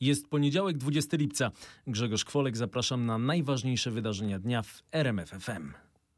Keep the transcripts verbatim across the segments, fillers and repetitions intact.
Jest poniedziałek, dwudziestego lipca. Grzegorz Kwolek, zapraszam na najważniejsze wydarzenia dnia w R M F F M.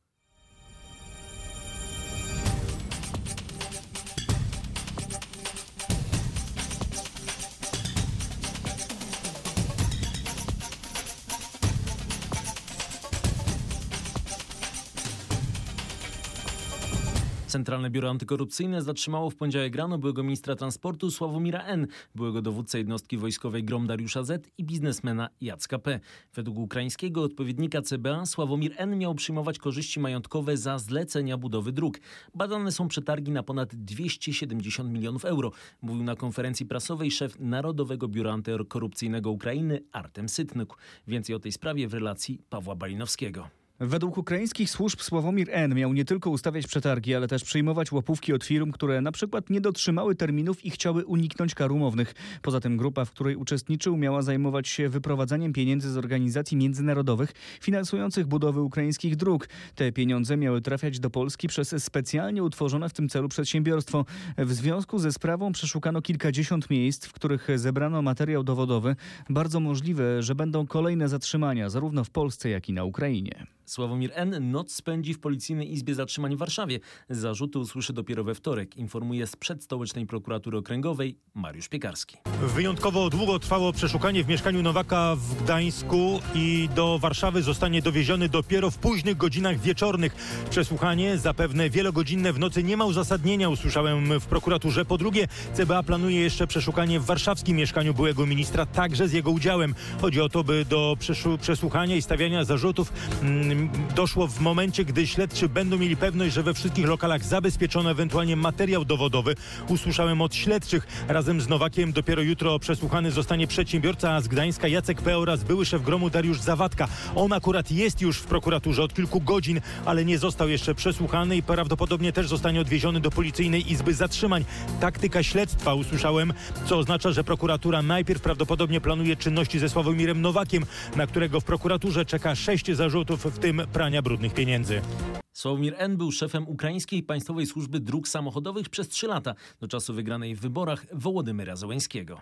Centralne Biuro Antykorupcyjne zatrzymało w poniedziałek rano byłego ministra transportu Sławomira N., byłego dowódcę jednostki wojskowej Grom Dariusza Z. i biznesmena Jacka P. Według ukraińskiego odpowiednika C B A Sławomir N. miał przyjmować korzyści majątkowe za zlecenia budowy dróg. Badane są przetargi na ponad dwieście siedemdziesiąt milionów euro, mówił na konferencji prasowej szef Narodowego Biura Antykorupcyjnego Ukrainy Artem Sytnyk. Więcej o tej sprawie w relacji Pawła Balinowskiego. Według ukraińskich służb Sławomir N. miał nie tylko ustawiać przetargi, ale też przyjmować łapówki od firm, które na przykład nie dotrzymały terminów i chciały uniknąć kar umownych. Poza tym grupa, w której uczestniczył, miała zajmować się wyprowadzaniem pieniędzy z organizacji międzynarodowych finansujących budowę ukraińskich dróg. Te pieniądze miały trafiać do Polski przez specjalnie utworzone w tym celu przedsiębiorstwo. W związku ze sprawą przeszukano kilkadziesiąt miejsc, w których zebrano materiał dowodowy. Bardzo możliwe, że będą kolejne zatrzymania, zarówno w Polsce, jak i na Ukrainie. Sławomir N. noc spędzi w Policyjnej Izbie Zatrzymań w Warszawie. Zarzuty usłyszy dopiero we wtorek, informuje z przedstołecznej prokuratury okręgowej Mariusz Piekarski. Wyjątkowo długo trwało przeszukanie w mieszkaniu Nowaka w Gdańsku i do Warszawy zostanie dowieziony dopiero w późnych godzinach wieczornych. Przesłuchanie, zapewne wielogodzinne w nocy, nie ma uzasadnienia, usłyszałem w prokuraturze. Po drugie, C B A planuje jeszcze przeszukanie w warszawskim mieszkaniu byłego ministra, także z jego udziałem. Chodzi o to, by do przesłuchania i stawiania zarzutów mm, doszło w momencie, gdy śledczy będą mieli pewność, że we wszystkich lokalach zabezpieczono ewentualnie materiał dowodowy. Usłyszałem od śledczych. Razem z Nowakiem dopiero jutro przesłuchany zostanie przedsiębiorca z Gdańska Jacek P. oraz były szef Gromu Dariusz Zawadka. On akurat jest już w prokuraturze od kilku godzin, ale nie został jeszcze przesłuchany i prawdopodobnie też zostanie odwieziony do Policyjnej Izby Zatrzymań. Taktyka śledztwa usłyszałem, co oznacza, że prokuratura najpierw prawdopodobnie planuje czynności ze Sławomirem Nowakiem, na którego w prokuraturze czeka sześć zarzutów, w tym prania brudnych pieniędzy. Sławomir N. był szefem Ukraińskiej Państwowej Służby Dróg Samochodowych przez trzy lata, do czasu wygranej w wyborach Wołodymyra Zełenskiego.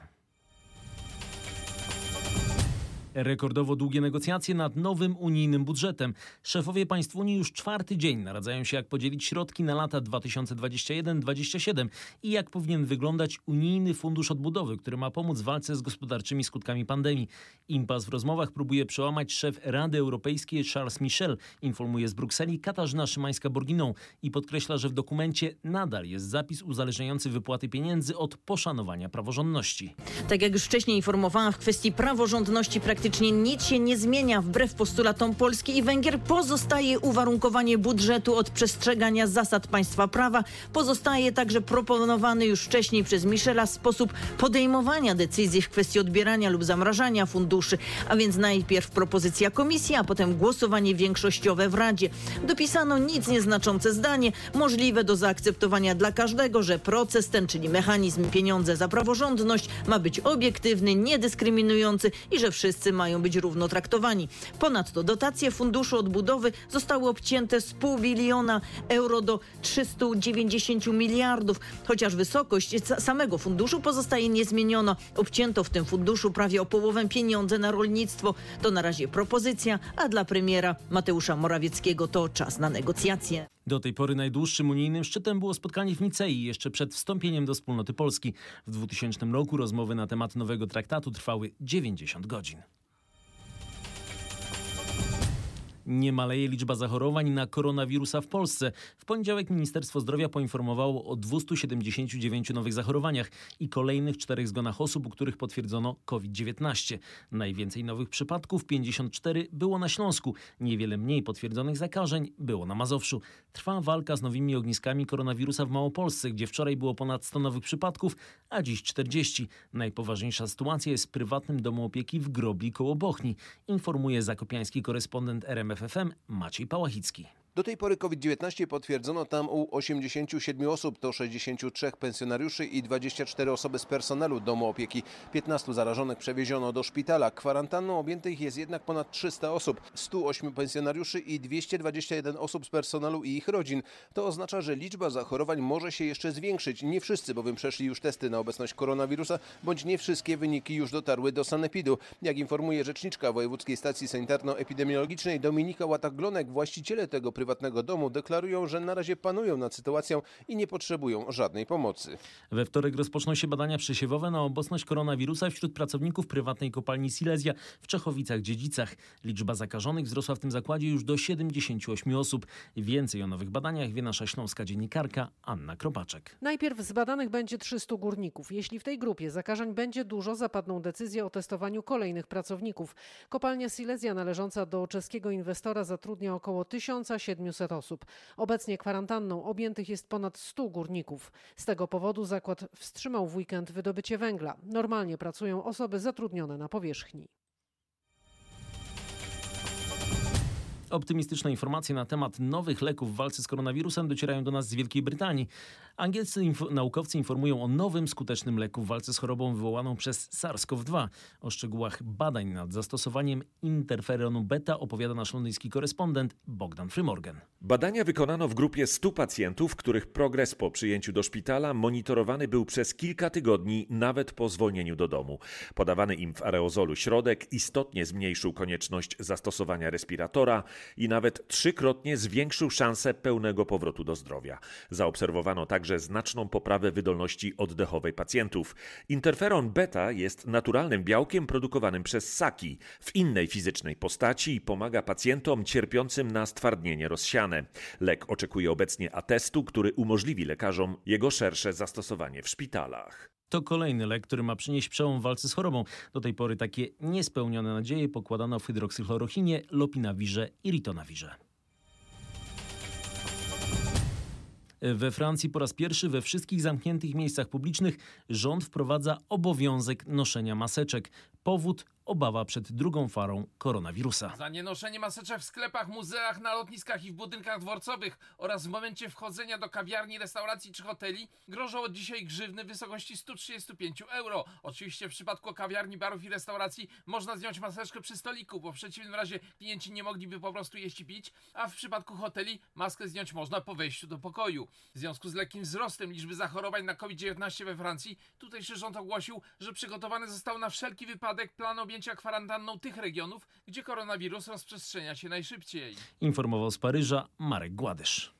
Rekordowo długie negocjacje nad nowym unijnym budżetem. Szefowie państw Unii już czwarty dzień naradzają się, jak podzielić środki na lata dwa tysiące dwudziesty pierwszy do dwudziestego siódmego i jak powinien wyglądać unijny fundusz odbudowy, który ma pomóc w walce z gospodarczymi skutkami pandemii. Impas w rozmowach próbuje przełamać szef Rady Europejskiej Charles Michel, informuje z Brukseli Katarzyna Szymańska-Borginą i podkreśla, że w dokumencie nadal jest zapis uzależniający wypłaty pieniędzy od poszanowania praworządności. Tak jak już wcześniej informowałam, w kwestii praworządności praktycznie Praktycznie nic się nie zmienia. Wbrew postulatom Polski i Węgier pozostaje uwarunkowanie budżetu od przestrzegania zasad państwa prawa. Pozostaje także proponowany już wcześniej przez Michela sposób podejmowania decyzji w kwestii odbierania lub zamrażania funduszy. A więc najpierw propozycja komisji, a potem głosowanie większościowe w Radzie. Dopisano nic nieznaczące zdanie, możliwe do zaakceptowania dla każdego, że proces ten, czyli mechanizm pieniądze za praworządność, ma być obiektywny, niedyskryminujący i że wszyscy mają być równo traktowani. Ponadto dotacje Funduszu Odbudowy zostały obcięte z pół biliona euro do trzysta dziewięćdziesiąt miliardów, chociaż wysokość samego funduszu pozostaje niezmieniona. Obcięto w tym funduszu prawie o połowę pieniądze na rolnictwo. To na razie propozycja, a dla premiera Mateusza Morawieckiego to czas na negocjacje. Do tej pory najdłuższym unijnym szczytem było spotkanie w Nicei, jeszcze przed wstąpieniem do Wspólnoty Polski. W dwutysięcznym roku rozmowy na temat nowego traktatu trwały dziewięćdziesiąt godzin. Nie maleje liczba zachorowań na koronawirusa w Polsce. W poniedziałek Ministerstwo Zdrowia poinformowało o dwustu siedemdziesięciu dziewięciu nowych zachorowaniach i kolejnych czterech zgonach osób, u których potwierdzono COVID dziewiętnaście. Najwięcej nowych przypadków, pięćdziesiąt cztery, było na Śląsku. Niewiele mniej potwierdzonych zakażeń było na Mazowszu. Trwa walka z nowymi ogniskami koronawirusa w Małopolsce, gdzie wczoraj było ponad sto nowych przypadków, a dziś czterdzieści. Najpoważniejsza sytuacja jest w prywatnym domu opieki w Grobli koło Bochni, informuje zakopiański korespondent R M F F M Maciej Pałachicki. Do tej pory COVID dziewiętnaście potwierdzono tam u osiemdziesięciu siedmiu osób, to sześćdziesięciu trzech pensjonariuszy i dwadzieścia cztery osoby z personelu domu opieki. piętnastu zarażonych przewieziono do szpitala. Kwarantanną objętych jest jednak ponad trzysta osób, stu ośmiu pensjonariuszy i dwieście dwadzieścia jeden osób z personelu i ich rodzin. To oznacza, że liczba zachorowań może się jeszcze zwiększyć. Nie wszyscy bowiem przeszli już testy na obecność koronawirusa, bądź nie wszystkie wyniki już dotarły do sanepidu. Jak informuje rzeczniczka Wojewódzkiej Stacji Sanitarno-Epidemiologicznej Dominika Łatach-Glonek, właściciele tego prywatnego domu deklarują, że na razie panują nad sytuacją i nie potrzebują żadnej pomocy. We wtorek rozpoczną się badania przesiewowe na obecność koronawirusa wśród pracowników prywatnej kopalni Silesia w Czechowicach-Dziedzicach. Liczba zakażonych wzrosła w tym zakładzie już do siedemdziesięciu ośmiu osób. Więcej o nowych badaniach wie nasza śląska dziennikarka Anna Kropaczek. Najpierw zbadanych będzie trzystu górników. Jeśli w tej grupie zakażeń będzie dużo, zapadną decyzje o testowaniu kolejnych pracowników. Kopalnia Silesia należąca do czeskiego inwestora zatrudnia około tysiąc siedemset osób. Obecnie kwarantanną objętych jest ponad stu górników. Z tego powodu zakład wstrzymał w weekend wydobycie węgla. Normalnie pracują osoby zatrudnione na powierzchni. Optymistyczne informacje na temat nowych leków w walce z koronawirusem docierają do nas z Wielkiej Brytanii. Angielscy inf- naukowcy informują o nowym skutecznym leku w walce z chorobą wywołaną przez SARS-CoV dwa. O szczegółach badań nad zastosowaniem interferonu beta opowiada nasz londyński korespondent Bogdan Frymorgan. Badania wykonano w grupie stu pacjentów, których progres po przyjęciu do szpitala monitorowany był przez kilka tygodni, nawet po zwolnieniu do domu. Podawany im w aerozolu środek istotnie zmniejszył konieczność zastosowania respiratora i nawet trzykrotnie zwiększył szansę pełnego powrotu do zdrowia. Zaobserwowano także znaczną poprawę wydolności oddechowej pacjentów. Interferon beta jest naturalnym białkiem produkowanym przez ssaki w innej fizycznej postaci i pomaga pacjentom cierpiącym na stwardnienie rozsiane. Lek oczekuje obecnie atestu, który umożliwi lekarzom jego szersze zastosowanie w szpitalach. To kolejny lek, który ma przynieść przełom w walce z chorobą. Do tej pory takie niespełnione nadzieje pokładano w hydroksykchlorochinie, lopinawirze i ritonawirze. We Francji po raz pierwszy we wszystkich zamkniętych miejscach publicznych rząd wprowadza obowiązek noszenia maseczek. Powód: obawa przed drugą falą koronawirusa. Za nienoszenie maseczek w sklepach, muzeach, na lotniskach i w budynkach dworcowych oraz w momencie wchodzenia do kawiarni, restauracji czy hoteli grożą od dzisiaj grzywny w wysokości stu trzydziestu pięciu euro. Oczywiście w przypadku kawiarni, barów i restauracji można zdjąć maseczkę przy stoliku, bo w przeciwnym razie klienci nie mogliby po prostu jeść i pić, a w przypadku hoteli maskę zdjąć można po wejściu do pokoju. W związku z lekkim wzrostem liczby zachorowań na COVID dziewiętnaście we Francji, tutejszy rząd ogłosił, że przygotowany został na wszelki wypadek plan objęcia kwarantanną tych regionów, gdzie koronawirus rozprzestrzenia się najszybciej. Informował z Paryża Marek Gładysz.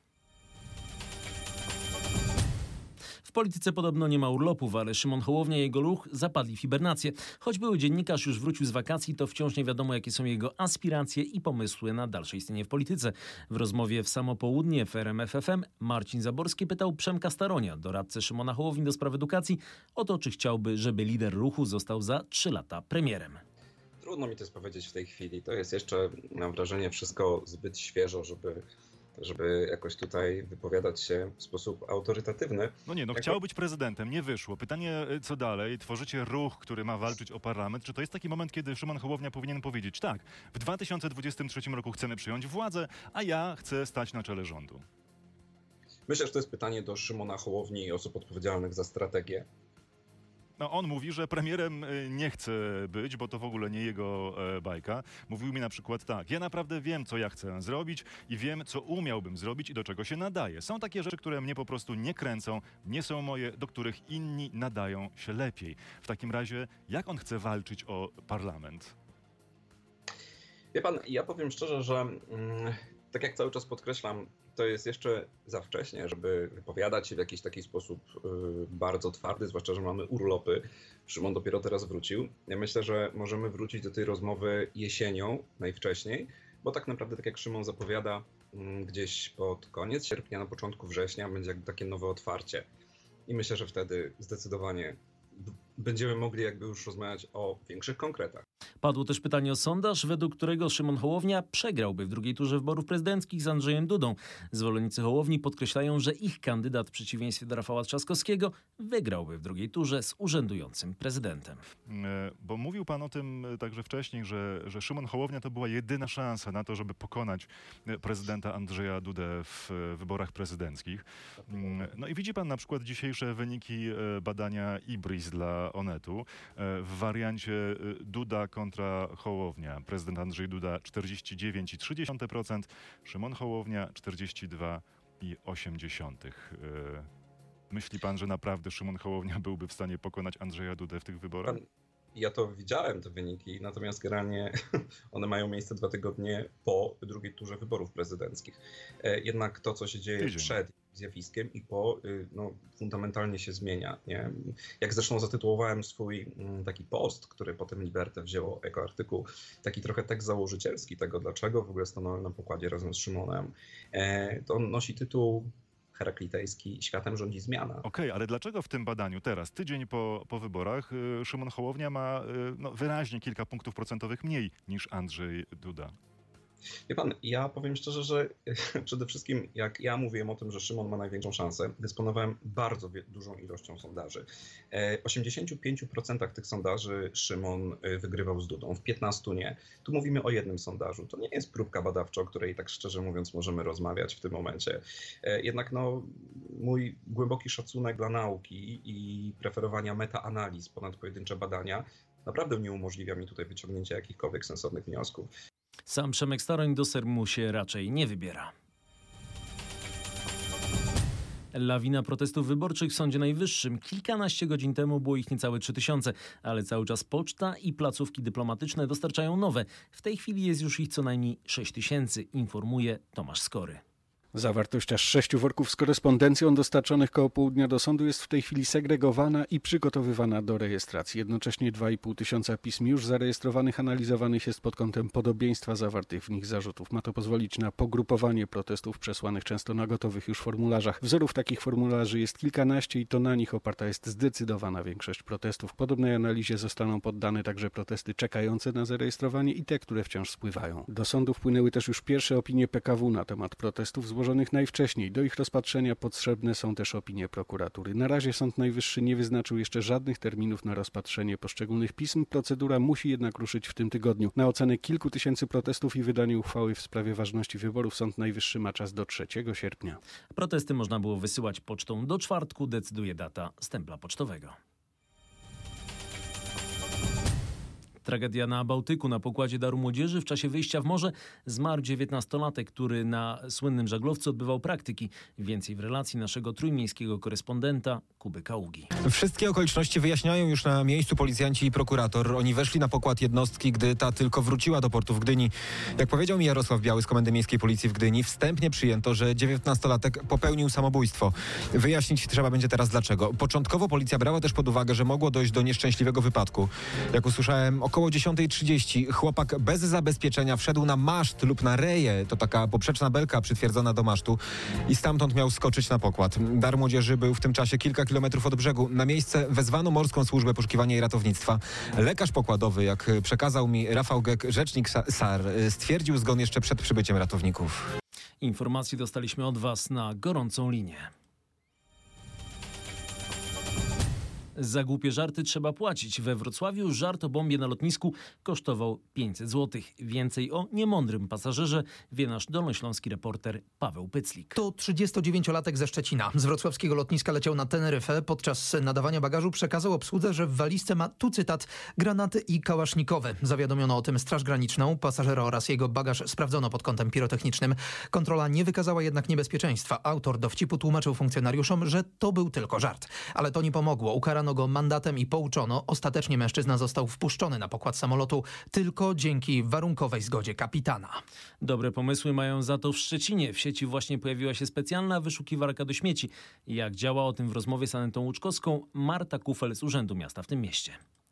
W polityce podobno nie ma urlopów, ale Szymon Hołownia i jego ruch zapadli w hibernację. Choć były dziennikarz już wrócił z wakacji, to wciąż nie wiadomo, jakie są jego aspiracje i pomysły na dalsze istnienie w polityce. W rozmowie w samo południe w R M F F M Marcin Zaborski pytał Przemka Staronia, doradcę Szymona Hołowni do spraw edukacji, o to, czy chciałby, żeby lider ruchu został za trzy lata premierem. Trudno mi to powiedzieć w tej chwili. To jest jeszcze, mam wrażenie, wszystko zbyt świeżo, żeby... żeby jakoś tutaj wypowiadać się w sposób autorytatywny. No nie, no jako... chciał być prezydentem, nie wyszło. Pytanie, co dalej? Tworzycie ruch, który ma walczyć o parlament. Czy to jest taki moment, kiedy Szymon Hołownia powinien powiedzieć: tak, w dwa tysiące dwudziestym trzecim roku chcemy przyjąć władzę, a ja chcę stać na czele rządu? Myślę, że to jest pytanie do Szymona Hołowni i osób odpowiedzialnych za strategię. No, on mówi, że premierem nie chce być, bo to w ogóle nie jego e, bajka. Mówił mi na przykład tak: ja naprawdę wiem, co ja chcę zrobić i wiem, co umiałbym zrobić i do czego się nadaje. Są takie rzeczy, które mnie po prostu nie kręcą, nie są moje, do których inni nadają się lepiej. W takim razie, jak on chce walczyć o parlament? Wie pan, ja powiem szczerze, że mm, tak jak cały czas podkreślam, to jest jeszcze za wcześnie, żeby wypowiadać się w jakiś taki sposób yy, bardzo twardy, zwłaszcza, że mamy urlopy. Szymon dopiero teraz wrócił. Ja myślę, że możemy wrócić do tej rozmowy jesienią najwcześniej, bo tak naprawdę, tak jak Szymon zapowiada, yy, gdzieś pod koniec sierpnia, na początku września będzie jakby takie nowe otwarcie. I myślę, że wtedy zdecydowanie będziemy mogli jakby już rozmawiać o większych konkretach. Padło też pytanie o sondaż, według którego Szymon Hołownia przegrałby w drugiej turze wyborów prezydenckich z Andrzejem Dudą. Zwolennicy Hołowni podkreślają, że ich kandydat w przeciwieństwie do Rafała Trzaskowskiego wygrałby w drugiej turze z urzędującym prezydentem. Bo mówił pan o tym także wcześniej, że, że Szymon Hołownia to była jedyna szansa na to, żeby pokonać prezydenta Andrzeja Dudę w wyborach prezydenckich. No i widzi pan na przykład dzisiejsze wyniki badania Ibris dla Onetu. W wariancie Duda kontra Hołownia. Prezydent Andrzej Duda czterdzieści dziewięć przecinek trzy procent, Szymon Hołownia czterdzieści dwa przecinek osiem procent. Myśli pan, że naprawdę Szymon Hołownia byłby w stanie pokonać Andrzeja Dudę w tych wyborach? Pan, ja to widziałem, te wyniki, natomiast generalnie one mają miejsce dwa tygodnie po drugiej turze wyborów prezydenckich. Jednak to, co się dzieje Tydzień. przed zjawiskiem i po, no, fundamentalnie się zmienia. Nie? Jak zresztą zatytułowałem swój taki post, który potem Liberte wzięło jako artykuł, taki trochę tekst założycielski tego, dlaczego w ogóle stanąłem na pokładzie razem z Szymonem, to on nosi tytuł heraklitejski "Światem rządzi zmiana". Okej, okay, ale dlaczego w tym badaniu teraz, tydzień po, po wyborach, Szymon Hołownia ma no, wyraźnie kilka punktów procentowych mniej niż Andrzej Duda? Wie pan, ja powiem szczerze, że przede wszystkim jak ja mówiłem o tym, że Szymon ma największą szansę, dysponowałem bardzo dużą ilością sondaży. W osiemdziesięciu pięciu procentach tych sondaży Szymon wygrywał z Dudą, w piętnastu nie. Tu mówimy o jednym sondażu. To nie jest próbka badawcza, o której tak szczerze mówiąc możemy rozmawiać w tym momencie. Jednak no, mój głęboki szacunek dla nauki i preferowania metaanaliz ponad pojedyncze badania naprawdę nie umożliwia mi tutaj wyciągnięcia jakichkolwiek sensownych wniosków. Sam Przemek Staroń do Sejmu się raczej nie wybiera. Lawina protestów wyborczych w Sądzie Najwyższym. Kilkanaście godzin temu było ich niecałe trzy tysiące, ale cały czas poczta i placówki dyplomatyczne dostarczają nowe. W tej chwili jest już ich co najmniej sześć tysięcy, informuje Tomasz Skory. Zawartość aż sześciu worków z korespondencją dostarczonych koło południa do sądu jest w tej chwili segregowana i przygotowywana do rejestracji. Jednocześnie dwa i pół tysiąca pism już zarejestrowanych analizowanych jest pod kątem podobieństwa zawartych w nich zarzutów. Ma to pozwolić na pogrupowanie protestów przesłanych często na gotowych już formularzach. Wzorów takich formularzy jest kilkanaście i to na nich oparta jest zdecydowana większość protestów. Podobnej analizie zostaną poddane także protesty czekające na zarejestrowanie i te, które wciąż spływają. Do sądu wpłynęły też już pierwsze opinie P K W na temat protestów złożonych złożonych najwcześniej. Do ich rozpatrzenia potrzebne są też opinie prokuratury. Na razie Sąd Najwyższy nie wyznaczył jeszcze żadnych terminów na rozpatrzenie poszczególnych pism. Procedura musi jednak ruszyć w tym tygodniu. Na ocenę kilku tysięcy protestów i wydanie uchwały w sprawie ważności wyborów Sąd Najwyższy ma czas do trzeciego sierpnia. Protesty można było wysyłać pocztą do czwartku, decyduje data stempla pocztowego. Tragedia na Bałtyku. Na pokładzie Daru Młodzieży w czasie wyjścia w morze zmarł dziewiętnastolatek, który na słynnym żaglowcu odbywał praktyki. Więcej w relacji naszego trójmiejskiego korespondenta Kuby Kaługi. Wszystkie okoliczności wyjaśniają już na miejscu policjanci i prokurator. Oni weszli na pokład jednostki, gdy ta tylko wróciła do portu w Gdyni. Jak powiedział mi Jarosław Biały z Komendy Miejskiej Policji w Gdyni, wstępnie przyjęto, że dziewiętnastolatek popełnił samobójstwo. Wyjaśnić trzeba będzie teraz dlaczego. Początkowo policja brała też pod uwagę, że mogło dojść do nieszczęśliwego wypadku. Jak usłyszałem, około dziesiątej trzydzieści chłopak bez zabezpieczenia wszedł na maszt lub na reję, to taka poprzeczna belka przytwierdzona do masztu, i stamtąd miał skoczyć na pokład. Dar Młodzieży był w tym czasie kilka kilometrów od brzegu. Na miejsce wezwano Morską Służbę Poszukiwania i Ratownictwa. Lekarz pokładowy, jak przekazał mi Rafał Gek, rzecznik S A R, stwierdził zgon jeszcze przed przybyciem ratowników. Informacje dostaliśmy od Was na gorącą linię. Za głupie żarty trzeba płacić. We Wrocławiu żart o bombie na lotnisku kosztował pięćset złotych. Więcej o niemądrym pasażerze wie nasz dolnośląski reporter Paweł Pyclik. To trzydziestodziewięciolatek ze Szczecina. Z wrocławskiego lotniska leciał na Teneryfę. Podczas nadawania bagażu przekazał obsłudze, że w walizce ma, tu cytat, granaty i kałasznikowe. Zawiadomiono o tym Straż Graniczną. Pasażera oraz jego bagaż sprawdzono pod kątem pirotechnicznym. Kontrola nie wykazała jednak niebezpieczeństwa. Autor dowcipu tłumaczył funkcjonariuszom, że to był tylko żart. Ale to nie pomogło. Ukarano go mandatem i pouczono. Ostatecznie mężczyzna został wpuszczony na pokład samolotu tylko dzięki warunkowej zgodzie kapitana. Dobre pomysły mają za to w Szczecinie. W sieci właśnie pojawiła się specjalna wyszukiwarka do śmieci. Jak działa, o tym w rozmowie z Anetą Łuczkowską Marta Kufel z Urzędu Miasta w tym mieście.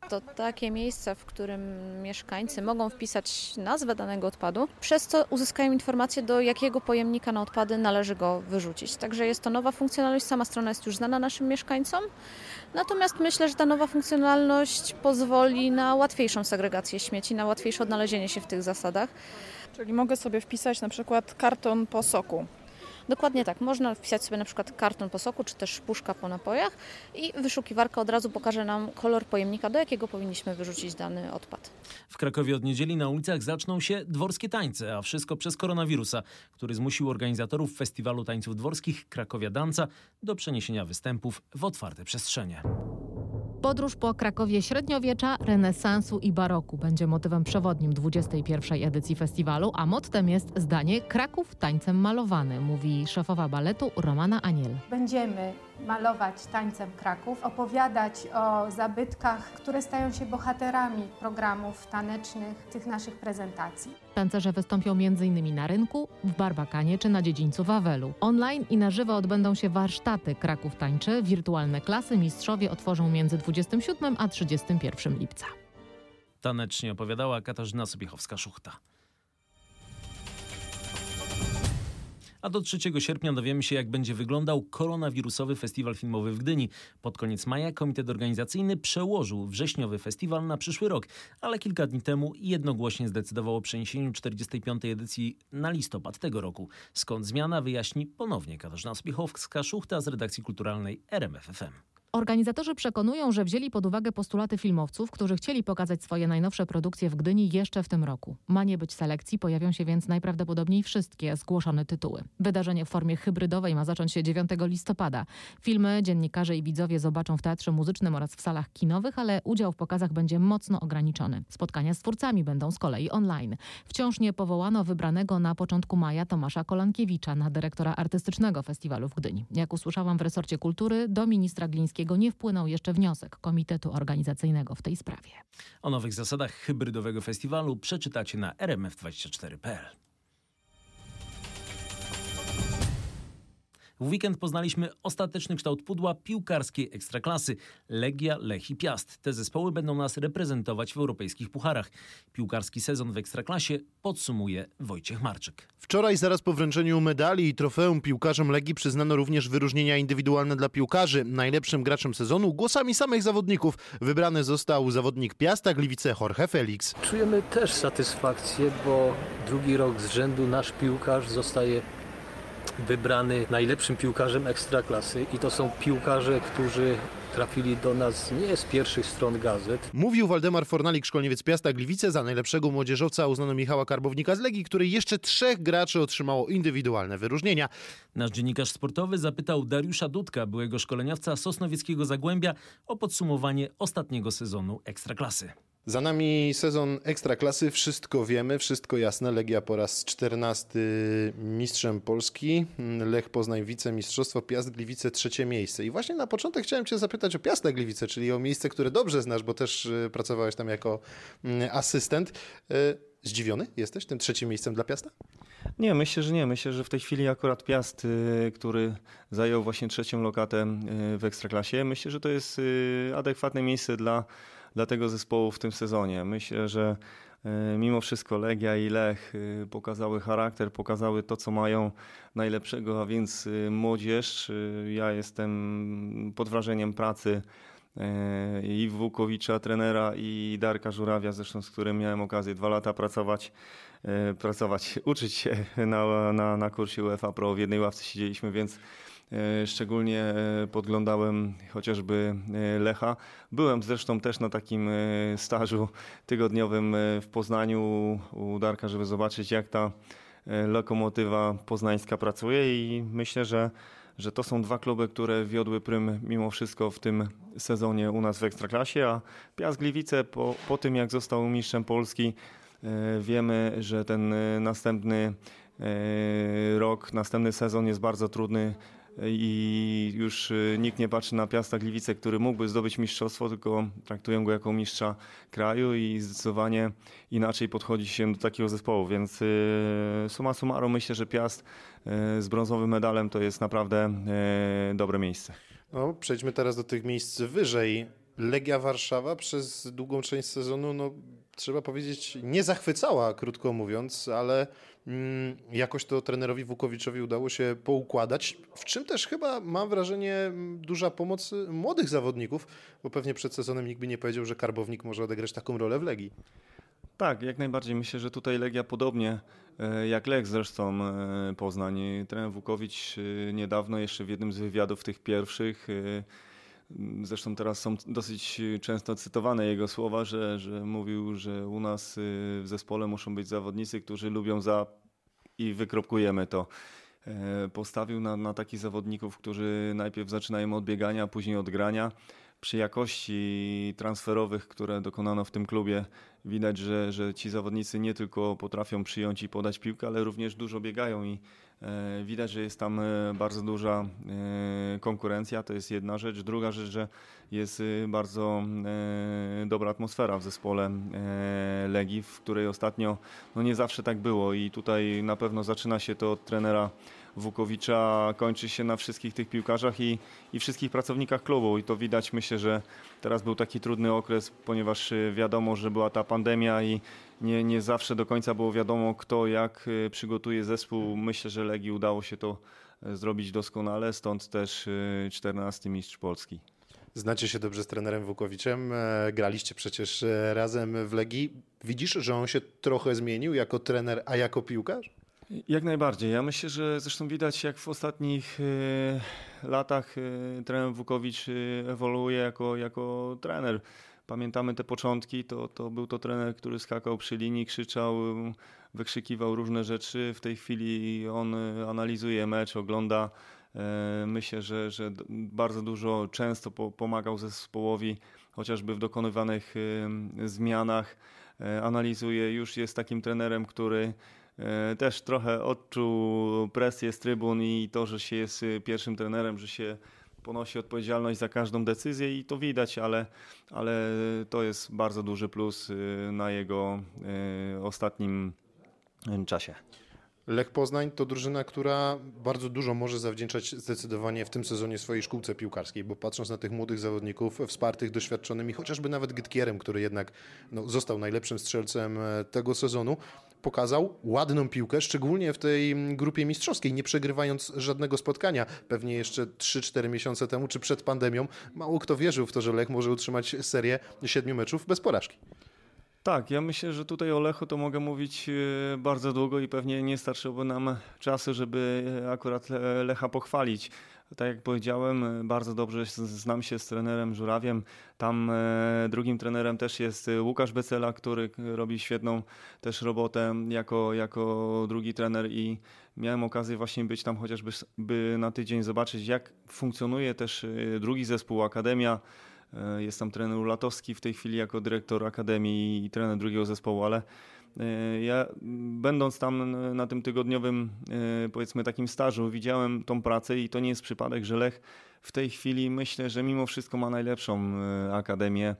To takie miejsce, w którym mieszkańcy mogą wpisać nazwę danego odpadu, przez co uzyskają informację, do jakiego pojemnika na odpady należy go wyrzucić. Także jest to nowa funkcjonalność, sama strona jest już znana naszym mieszkańcom. Natomiast myślę, że ta nowa funkcjonalność pozwoli na łatwiejszą segregację śmieci, na łatwiejsze odnalezienie się w tych zasadach. Czyli mogę sobie wpisać na przykład karton po soku. Dokładnie tak. Można wpisać sobie na przykład karton po soku, czy też puszka po napojach i wyszukiwarka od razu pokaże nam kolor pojemnika, do jakiego powinniśmy wyrzucić dany odpad. W Krakowie od niedzieli na ulicach zaczną się dworskie tańce, a wszystko przez koronawirusa, który zmusił organizatorów Festiwalu Tańców Dworskich Krakowia Danca do przeniesienia występów w otwarte przestrzenie. Podróż po Krakowie średniowiecza, renesansu i baroku będzie motywem przewodnim dwudziestej pierwszej edycji festiwalu, a mottem jest zdanie Kraków tańcem malowany, mówi szefowa baletu Romana Aniel. Będziemy malować tańcem Kraków, opowiadać o zabytkach, które stają się bohaterami programów tanecznych, tych naszych prezentacji. Tancerze wystąpią między innymi na rynku, w Barbakanie czy na dziedzińcu Wawelu. Online i na żywo odbędą się warsztaty Kraków tańczy, wirtualne klasy mistrzowie otworzą między dwudziestego siódmego a trzydziestego pierwszego lipca. Tanecznie opowiadała Katarzyna Sobiechowska-Szuchta. A do trzeciego sierpnia dowiemy się, jak będzie wyglądał koronawirusowy festiwal filmowy w Gdyni. Pod koniec maja komitet organizacyjny przełożył wrześniowy festiwal na przyszły rok, ale kilka dni temu jednogłośnie zdecydował o przeniesieniu czterdziestej piątej edycji na listopad tego roku. Skąd zmiana, wyjaśni ponownie Katarzyna Sobiechowska-Szuchta z redakcji kulturalnej R M F F M. Organizatorzy przekonują, że wzięli pod uwagę postulaty filmowców, którzy chcieli pokazać swoje najnowsze produkcje w Gdyni jeszcze w tym roku. Ma nie być selekcji, pojawią się więc najprawdopodobniej wszystkie zgłoszone tytuły. Wydarzenie w formie hybrydowej ma zacząć się dziewiątego listopada. Filmy dziennikarze i widzowie zobaczą w Teatrze Muzycznym oraz w salach kinowych, ale udział w pokazach będzie mocno ograniczony. Spotkania z twórcami będą z kolei online. Wciąż nie powołano wybranego na początku maja Tomasza Kolankiewicza na dyrektora artystycznego festiwalu w Gdyni. Jak usłyszałam w resorcie kultury, do ministra Glińskiego nie wpłynął jeszcze wniosek komitetu organizacyjnego w tej sprawie. O nowych zasadach hybrydowego festiwalu przeczytacie na r m f dwadzieścia cztery kropka p l. W weekend poznaliśmy ostateczny kształt pudła piłkarskiej ekstraklasy. Legia, Lech i Piast. Te zespoły będą nas reprezentować w europejskich pucharach. Piłkarski sezon w ekstraklasie podsumuje Wojciech Marczyk. Wczoraj zaraz po wręczeniu medali i trofeum piłkarzom Legii przyznano również wyróżnienia indywidualne dla piłkarzy. Najlepszym graczem sezonu głosami samych zawodników wybrany został zawodnik Piasta Gliwice Jorge Felix. Czujemy też satysfakcję, bo drugi rok z rzędu nasz piłkarz zostaje wybrany najlepszym piłkarzem ekstraklasy i to są piłkarze, którzy trafili do nas nie z pierwszych stron gazet. Mówił Waldemar Fornalik, szkoleniec Piasta Gliwice. Za najlepszego młodzieżowca uznano Michała Karbownika z Legii, który jeszcze trzech graczy otrzymało indywidualne wyróżnienia. Nasz dziennikarz sportowy zapytał Dariusza Dudka, byłego szkoleniowca Sosnowieckiego Zagłębia, o podsumowanie ostatniego sezonu ekstraklasy. Za nami sezon Ekstraklasy, wszystko wiemy, wszystko jasne. Legia po raz czternasty mistrzem Polski, Lech Poznań wicemistrzostwo, Piast Gliwice trzecie miejsce. I właśnie na początek chciałem Cię zapytać o Piasta Gliwice, czyli o miejsce, które dobrze znasz, bo też pracowałeś tam jako asystent. Zdziwiony jesteś tym trzecim miejscem dla Piasta? Nie, myślę, że nie. Myślę, że w tej chwili akurat Piast, który zajął właśnie trzecią lokatę w Ekstraklasie, myślę, że to jest adekwatne miejsce dla dla tego zespołu w tym sezonie. Myślę, że mimo wszystko Legia i Lech pokazały charakter, pokazały to, co mają najlepszego, a więc młodzież. Ja jestem pod wrażeniem pracy i Włukowicza, trenera, i Darka Żurawia, zresztą z którym miałem okazję dwa lata pracować, pracować uczyć się na, na, na kursie UEFA Pro. W jednej ławce siedzieliśmy, więc szczególnie podglądałem chociażby Lecha. Byłem zresztą też na takim stażu tygodniowym w Poznaniu u Darka, żeby zobaczyć, jak ta Lokomotywa poznańska pracuje, i myślę, że, że to są dwa kluby, które wiodły prym mimo wszystko w tym sezonie u nas w Ekstraklasie, a Piast Gliwice po, po tym, jak został mistrzem Polski, wiemy, że ten następny rok, następny sezon jest bardzo trudny i już nikt nie patrzy na Piasta Gliwice, który mógłby zdobyć mistrzostwo, tylko traktują go jako mistrza kraju i zdecydowanie inaczej podchodzi się do takiego zespołu, więc summa summarum myślę, że Piast z brązowym medalem to jest naprawdę dobre miejsce. No, przejdźmy teraz do tych miejsc wyżej. Legia Warszawa przez długą część sezonu, no trzeba powiedzieć, nie zachwycała, krótko mówiąc, ale mm, jakoś to trenerowi Wukowiczowi udało się poukładać, w czym też chyba mam wrażenie duża pomoc młodych zawodników, bo pewnie przed sezonem nikt by nie powiedział, że Karbownik może odegrać taką rolę w Legii. Tak, jak najbardziej. Myślę, że tutaj Legia podobnie jak Lech zresztą Poznań. Trener Wukowicz niedawno jeszcze w jednym z wywiadów tych pierwszych, zresztą teraz są dosyć często cytowane jego słowa, że, że mówił, że u nas w zespole muszą być zawodnicy, którzy lubią za i wykropkujemy to. Postawił na, na takich zawodników, którzy najpierw zaczynają od biegania, a później od grania. Przy jakości transferowych, które dokonano w tym klubie, widać, że, że ci zawodnicy nie tylko potrafią przyjąć i podać piłkę, ale również dużo biegają i e, widać, że jest tam bardzo duża e, konkurencja. To jest jedna rzecz. Druga rzecz, że jest bardzo e, dobra atmosfera w zespole e, Legii, w której ostatnio no nie zawsze tak było i tutaj na pewno zaczyna się to od trenera Wukowicza, kończy się na wszystkich tych piłkarzach i, i wszystkich pracownikach klubu i to widać. Myślę, że teraz był taki trudny okres, ponieważ wiadomo, że była ta pandemia i nie, nie zawsze do końca było wiadomo, kto jak przygotuje zespół. Myślę, że Legii udało się to zrobić doskonale, stąd też czternasty mistrz Polski. Znacie się dobrze z trenerem Wukowiczem, graliście przecież razem w Legii. Widzisz, że on się trochę zmienił jako trener, a jako piłkarz? Jak najbardziej. Ja myślę, że zresztą widać, jak w ostatnich y, latach y, trener Wukowicz y, ewoluuje jako, jako trener. Pamiętamy te początki, to, to był to trener, który skakał przy linii, krzyczał, wykrzykiwał różne rzeczy. W tej chwili on analizuje mecz, ogląda. Y, myślę, że, że bardzo dużo, często po, pomagał zespołowi, chociażby w dokonywanych y, zmianach. Y, analizuje, już jest takim trenerem, który też trochę odczuł presję z trybun i to, że się jest pierwszym trenerem, że się ponosi odpowiedzialność za każdą decyzję i to widać, ale, ale to jest bardzo duży plus na jego ostatnim czasie. Lech Poznań to drużyna, która bardzo dużo może zawdzięczać zdecydowanie w tym sezonie swojej szkółce piłkarskiej, bo patrząc na tych młodych zawodników wspartych doświadczonymi, chociażby nawet Gytkierem, który jednak no, został najlepszym strzelcem tego sezonu, pokazał ładną piłkę, szczególnie w tej grupie mistrzowskiej, nie przegrywając żadnego spotkania. Pewnie jeszcze trzy cztery miesiące temu, czy przed pandemią, mało kto wierzył w to, że Lech może utrzymać serię siedmiu meczów bez porażki. Tak, ja myślę, że tutaj o Lechu to mogę mówić bardzo długo i pewnie nie starczyłoby nam czasu, żeby akurat Lecha pochwalić. Tak jak powiedziałem, bardzo dobrze znam się z trenerem Żurawiem. Tam drugim trenerem też jest Łukasz Becela, który robi świetną też robotę jako, jako drugi trener i miałem okazję właśnie być tam chociażby by na tydzień, zobaczyć jak funkcjonuje też drugi zespół, Akademia. Jest tam trener Ulatowski w tej chwili jako dyrektor Akademii i trener drugiego zespołu, ale ja będąc tam na tym tygodniowym, powiedzmy takim stażu, widziałem tą pracę i to nie jest przypadek, że Lech w tej chwili myślę, że mimo wszystko ma najlepszą akademię,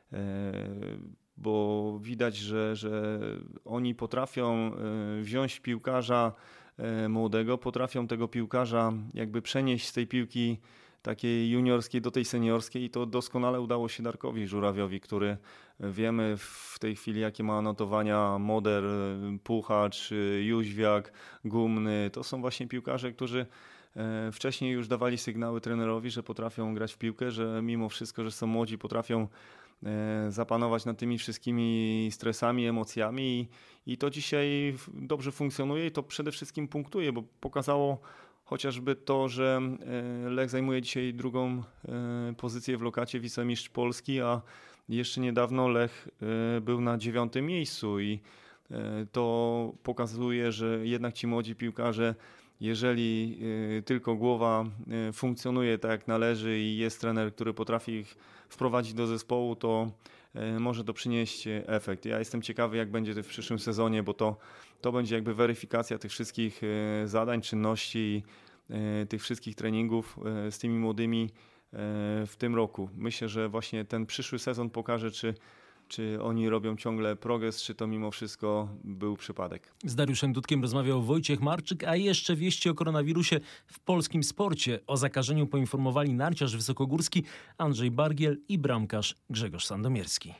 bo widać, że, że oni potrafią wziąć piłkarza młodego, potrafią tego piłkarza jakby przenieść z tej piłki takiej juniorskiej do tej seniorskiej i to doskonale udało się Darkowi Żurawiowi, który wiemy w tej chwili jakie ma notowania Moder, Puchacz, Jóźwiak, Gumny. To są właśnie piłkarze, którzy wcześniej już dawali sygnały trenerowi, że potrafią grać w piłkę, że mimo wszystko, że są młodzi, potrafią zapanować nad tymi wszystkimi stresami, emocjami i, i to dzisiaj dobrze funkcjonuje i to przede wszystkim punktuje, bo pokazało chociażby to, że Lech zajmuje dzisiaj drugą pozycję w lokacie wicemistrz Polski, a jeszcze niedawno Lech był na dziewiątym miejscu i to pokazuje, że jednak ci młodzi piłkarze, jeżeli tylko głowa funkcjonuje tak jak należy i jest trener, który potrafi ich wprowadzić do zespołu, to może to przynieść efekt. Ja jestem ciekawy, jak będzie w przyszłym sezonie, bo to, to będzie jakby weryfikacja tych wszystkich zadań, czynności, tych wszystkich treningów z tymi młodymi w tym roku. Myślę, że właśnie ten przyszły sezon pokaże, czy czy oni robią ciągle progres, czy to mimo wszystko był przypadek. Z Dariuszem Dudkiem rozmawiał Wojciech Marczyk, a jeszcze wieści o koronawirusie w polskim sporcie. O zakażeniu poinformowali narciarz wysokogórski Andrzej Bargiel i bramkarz Grzegorz Sandomierski.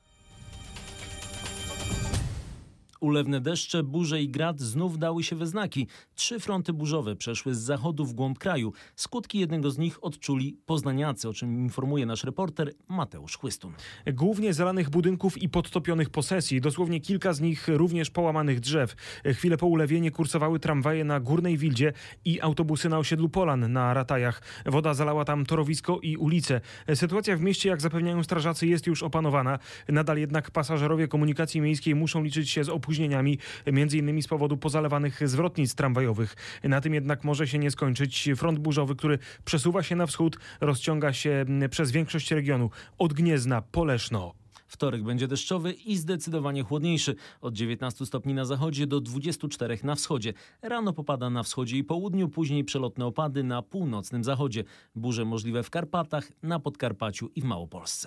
Ulewne deszcze, burze i grad znów dały się we znaki. Trzy fronty burzowe przeszły z zachodu w głąb kraju. Skutki jednego z nich odczuli poznaniacy, o czym informuje nasz reporter Mateusz Chłystun. Głównie zalanych budynków i podtopionych posesji, dosłownie kilka z nich również połamanych drzew. Chwilę po ulewie nie kursowały tramwaje na Górnej Wildzie i autobusy na osiedlu Polan na Ratajach. Woda zalała tam torowisko i ulice. Sytuacja w mieście, jak zapewniają strażacy, jest już opanowana. Nadal jednak pasażerowie komunikacji miejskiej muszą liczyć się z opóźnieniami, między innymi z powodu pozalewanych zwrotnic tramwajowych. Na tym jednak może się nie skończyć. Front burzowy, który przesuwa się na wschód, rozciąga się przez większość regionu. Od Gniezna po Leszno. Wtorek będzie deszczowy i zdecydowanie chłodniejszy. Od dziewiętnastu stopni na zachodzie do dwudziestu czterech na wschodzie. Rano popada na wschodzie i południu, później przelotne opady na północnym zachodzie. Burze możliwe w Karpatach, na Podkarpaciu i w Małopolsce.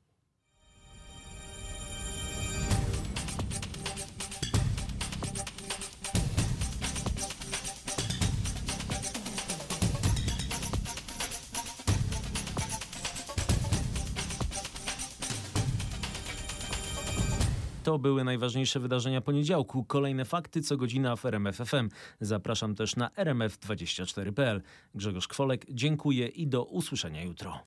To były najważniejsze wydarzenia poniedziałku. Kolejne fakty co godzina w R M F F M. Zapraszam też na r m f dwadzieścia cztery kropka p l. Grzegorz Kwolek, dziękuję i do usłyszenia jutro.